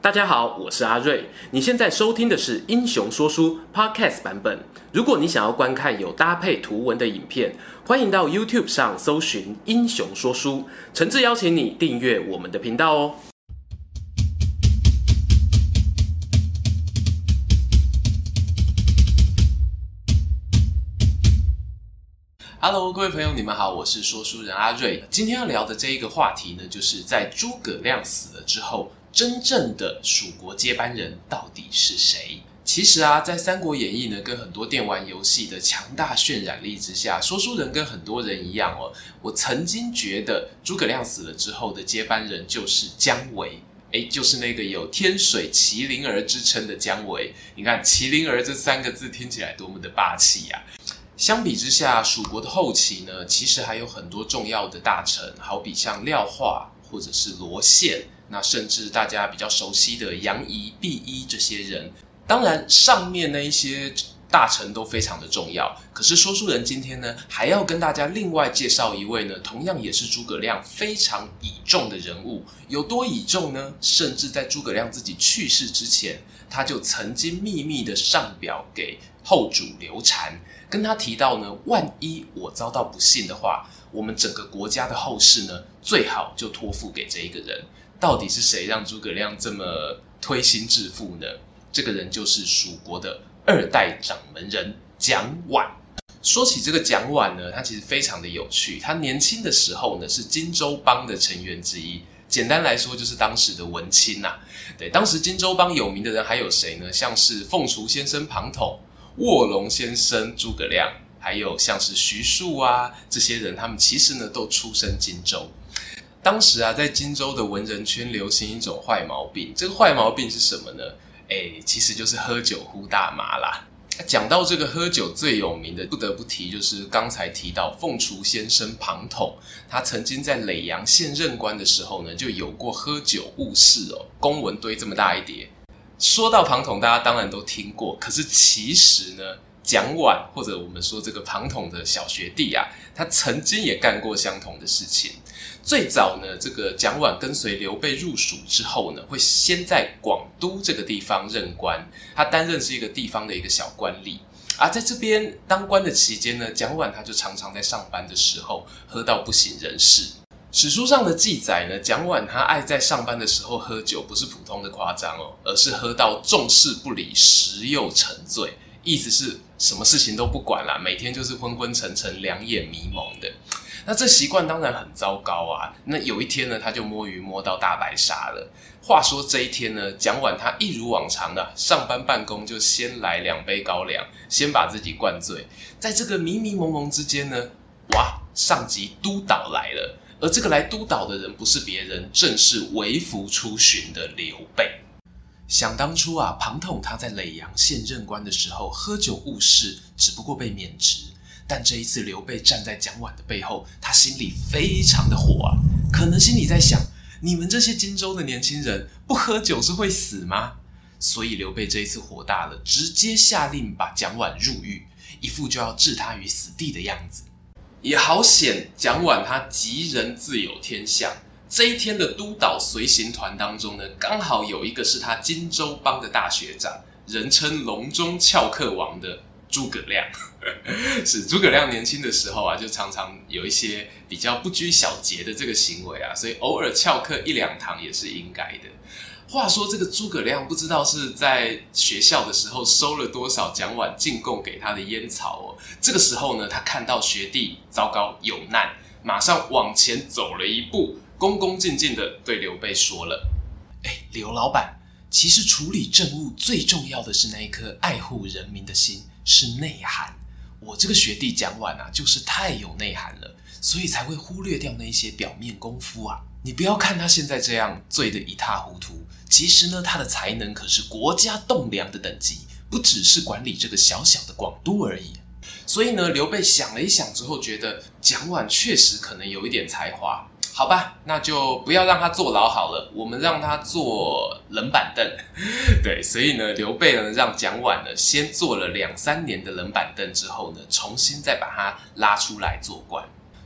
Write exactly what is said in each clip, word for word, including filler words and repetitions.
大家好，我是阿瑞。你现在收听的是《英雄说书》Podcast 版本。如果你想要观看有搭配图文的影片，欢迎到 YouTube 上搜寻《英雄说书》，诚挚邀请你订阅我们的频道哦。Hello， 各位朋友，你们好，我是说书人阿瑞。今天要聊的这一个话题呢，就是在诸葛亮死了之后，真正的蜀国接班人到底是谁？其实啊，在《三国演义》呢，跟很多电玩游戏的强大渲染力之下，说书人跟很多人一样哦，我曾经觉得诸葛亮死了之后的接班人就是姜维。诶，就是那个有天水麒麟儿之称的姜维。你看麒麟儿这三个字听起来多么的霸气啊！相比之下，蜀国的后期呢，其实还有很多重要的大臣，好比像廖化或者是罗宪，那甚至大家比较熟悉的杨仪、毕衣这些人。当然，上面那一些大臣都非常的重要。可是说书人今天呢，还要跟大家另外介绍一位呢，同样也是诸葛亮非常倚重的人物。有多倚重呢？甚至在诸葛亮自己去世之前，他就曾经秘密的上表给后主刘禅，跟他提到呢，万一我遭到不幸的话，我们整个国家的后事呢，最好就托付给这一个人。到底是谁让诸葛亮这么推心置腹呢？这个人就是蜀国的二代掌门人蒋琬。说起这个蒋琬呢，他其实非常的有趣。他年轻的时候呢，是荆州帮的成员之一。简单来说，就是当时的文青啊。对，当时荆州帮有名的人还有谁呢？像是凤雏先生庞统、卧龙先生诸葛亮，还有像是徐庶啊，这些人他们其实呢都出身荆州。当时啊，在荆州的文人圈流行一种坏毛病，这个坏毛病是什么呢？诶，其实就是喝酒呼大麻啦。讲到这个喝酒最有名的，不得不提就是刚才提到凤雏先生庞统，他曾经在耒阳县任官的时候呢，就有过喝酒误事哦，公文堆这么大一叠。说到庞统，大家当然都听过，可是其实呢，蒋琬或者我们说这个庞统的小学弟啊，他曾经也干过相同的事情。最早呢，这个蒋琬跟随刘备入蜀之后呢，会先在广都这个地方任官，他担任是一个地方的一个小官吏啊。在这边当官的期间呢，蒋琬他就常常在上班的时候喝到不省人事。史书上的记载呢，蒋琬他爱在上班的时候喝酒，不是普通的夸张哦，而是喝到重事不理，时又沉醉，意思是什么事情都不管啦，每天就是昏昏沉沉、两眼迷蒙的。那这习惯当然很糟糕啊。那有一天呢，他就摸鱼摸到大白鲨了。话说这一天呢，蒋琬他一如往常的、啊、上班办公，就先来两杯高粱，先把自己灌醉。在这个迷迷蒙蒙之间呢，哇，上级督导来了。而这个来督导的人不是别人，正是微服出巡的刘备。想当初啊，庞统他在耒阳县任官的时候喝酒误事，只不过被免职。但这一次刘备站在蒋琬的背后，他心里非常的火啊，可能心里在想，你们这些荆州的年轻人不喝酒是会死吗？所以刘备这一次火大了，直接下令把蒋琬入狱，一副就要置他于死地的样子。也好险，蒋琬他吉人自有天相。这一天的督导随行团当中呢，刚好有一个是他荆州帮的大学长，人称隆中翘课王的诸葛亮。是诸葛亮年轻的时候啊，就常常有一些比较不拘小节的这个行为啊，所以偶尔翘课一两堂也是应该的。话说这个诸葛亮不知道是在学校的时候收了多少蒋琬进贡给他的烟草哦。这个时候呢，他看到学弟糟糕有难，马上往前走了一步，恭恭敬敬的对刘备说了：哎，刘老板，其实处理政务最重要的是那一颗爱护人民的心，是内涵。我这个学弟蒋琬啊，就是太有内涵了，所以才会忽略掉那一些表面功夫啊。你不要看他现在这样醉得一塌糊涂，其实呢，他的才能可是国家栋梁的等级，不只是管理这个小小的广都而已。所以呢，刘备想了一想之后，觉得蒋琬确实可能有一点才华。好吧，那就不要让他坐牢好了，我们让他坐冷板凳。对，所以呢，刘备呢让蒋琬呢先坐了两三年的冷板凳之后呢，重新再把他拉出来做官。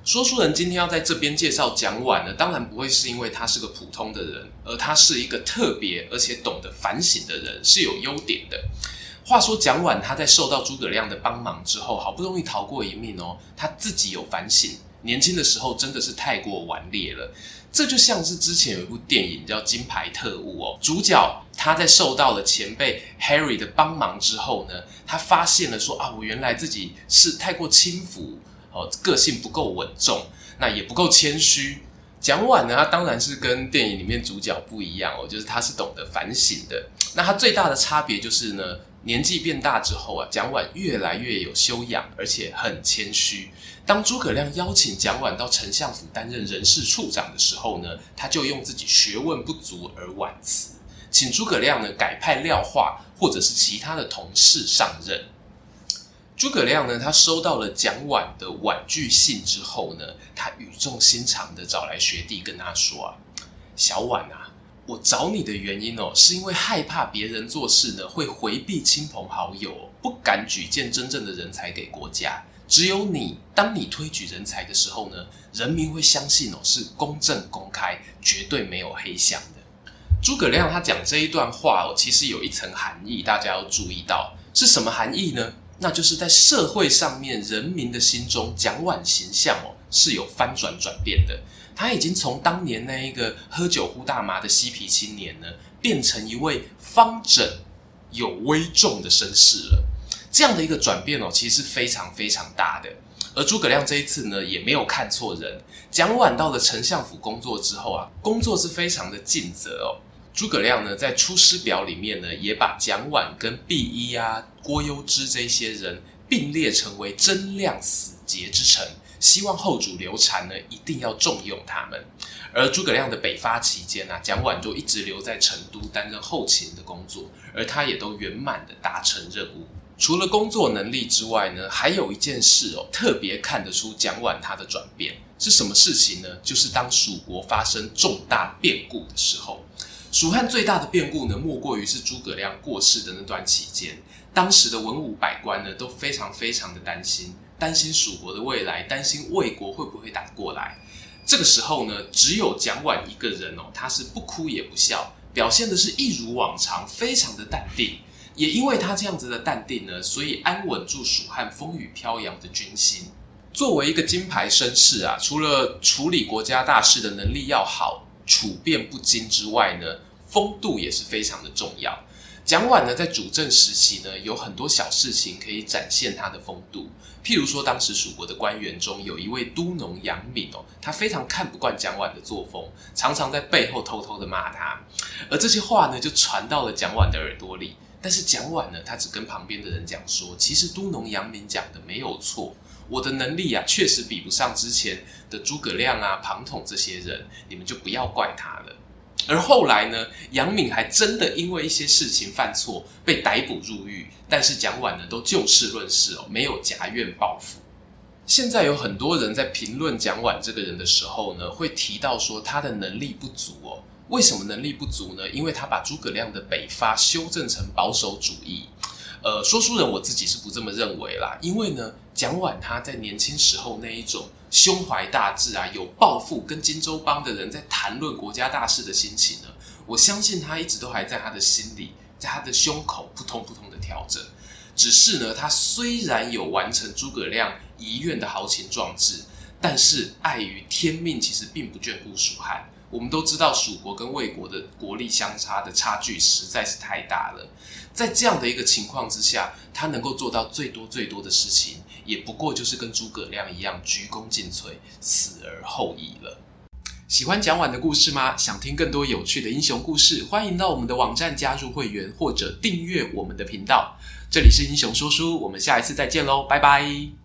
说书人今天要在这边介绍蒋琬呢，当然不会是因为他是个普通的人，而他是一个特别而且懂得反省的人，是有优点的。话说蒋琬他在受到诸葛亮的帮忙之后，好不容易逃过一命哦，他自己有反省，年轻的时候真的是太过顽劣了。这就像是之前有一部电影叫《金牌特务》哦，主角他在受到了前辈 Harry 的帮忙之后呢，他发现了说啊，我原来自己是太过轻浮哦，个性不够稳重，那也不够谦虚。蒋琬呢，他当然是跟电影里面主角不一样哦，就是他是懂得反省的。那他最大的差别就是呢，年纪变大之后啊，蒋琬越来越有修养，而且很谦虚。当诸葛亮邀请蒋琬到丞相府担任人事处长的时候呢，他就用自己学问不足而婉辞，请诸葛亮呢改派廖化或者是其他的同事上任。诸葛亮呢，他收到了蒋琬的婉拒信之后呢，他语重心长的找来学弟跟他说啊，小琬啊，我找你的原因哦，是因为害怕别人做事呢会回避亲朋好友，不敢举荐真正的人才给国家。只有你，当你推举人才的时候呢，人民会相信哦，是公正公开，绝对没有黑箱的。诸葛亮他讲这一段话哦，其实有一层含义，大家要注意到，是什么含义呢？那就是在社会上面，人民的心中，蒋琬形象哦是有翻转转变的。他已经从当年那一个喝酒呼大麻的嬉皮青年呢，变成一位方整有威重的绅士了。这样的一个转变哦，其实是非常非常大的。而诸葛亮这一次呢，也没有看错人。蒋琬到了丞相府工作之后啊，工作是非常的尽责哦。诸葛亮呢，在《出师表》里面呢，也把蒋琬跟毕一啊、郭攸之这些人并列成为贞亮死节之臣，希望后主刘禅呢一定要重用他们。而诸葛亮的北伐期间啊，蒋琬就一直留在成都担任后勤的工作，而他也都圆满的达成任务。除了工作能力之外呢，还有一件事哦，特别看得出蒋琬他的转变是什么事情呢？就是当蜀国发生重大变故的时候。蜀汉最大的变故呢，莫过于是诸葛亮过世的那段期间，当时的文武百官呢都非常非常的担心，担心蜀国的未来，担心魏国会不会打过来。这个时候呢，只有蒋琬一个人哦，他是不哭也不笑，表现的是一如往常，非常的淡定。也因为他这样子的淡定呢，所以安稳住蜀汉风雨飘扬的军心。作为一个金牌绅士啊，除了处理国家大事的能力要好，处变不惊之外呢，风度也是非常的重要。蒋琬呢，在主政时期呢，有很多小事情可以展现他的风度。譬如说，当时蜀国的官员中有一位都农杨敏哦，他非常看不惯蒋琬的作风，常常在背后偷偷的骂他。而这些话呢，就传到了蒋琬的耳朵里。但是蒋琬呢，他只跟旁边的人讲说，其实都农杨敏讲的没有错，我的能力啊，确实比不上之前的诸葛亮啊、庞统这些人，你们就不要怪他了。而后来呢，杨敏还真的因为一些事情犯错被逮捕入狱，但是蒋琬呢都就事论事哦，没有夹怨报复。现在有很多人在评论蒋琬这个人的时候呢，会提到说他的能力不足哦。为什么能力不足呢？因为他把诸葛亮的北伐修正成保守主义。呃，说书人我自己是不这么认为啦，因为呢，蒋琬他在年轻时候那一种胸怀大志啊，有抱负，跟荆州帮的人在谈论国家大事的心情呢，我相信他一直都还在他的心里，在他的胸口扑通扑通的跳着。只是呢，他虽然有完成诸葛亮遗愿的豪情壮志，但是碍于天命，其实并不眷顾蜀汉。我们都知道蜀国跟魏国的国力相差的差距实在是太大了，在这样的一个情况之下，他能够做到最多最多的事情，也不过就是跟诸葛亮一样鞠躬尽瘁，死而后已了。喜欢蒋琬的故事吗？想听更多有趣的英雄故事，欢迎到我们的网站加入会员，或者订阅我们的频道。这里是英雄说书，我们下一次再见咯，拜拜。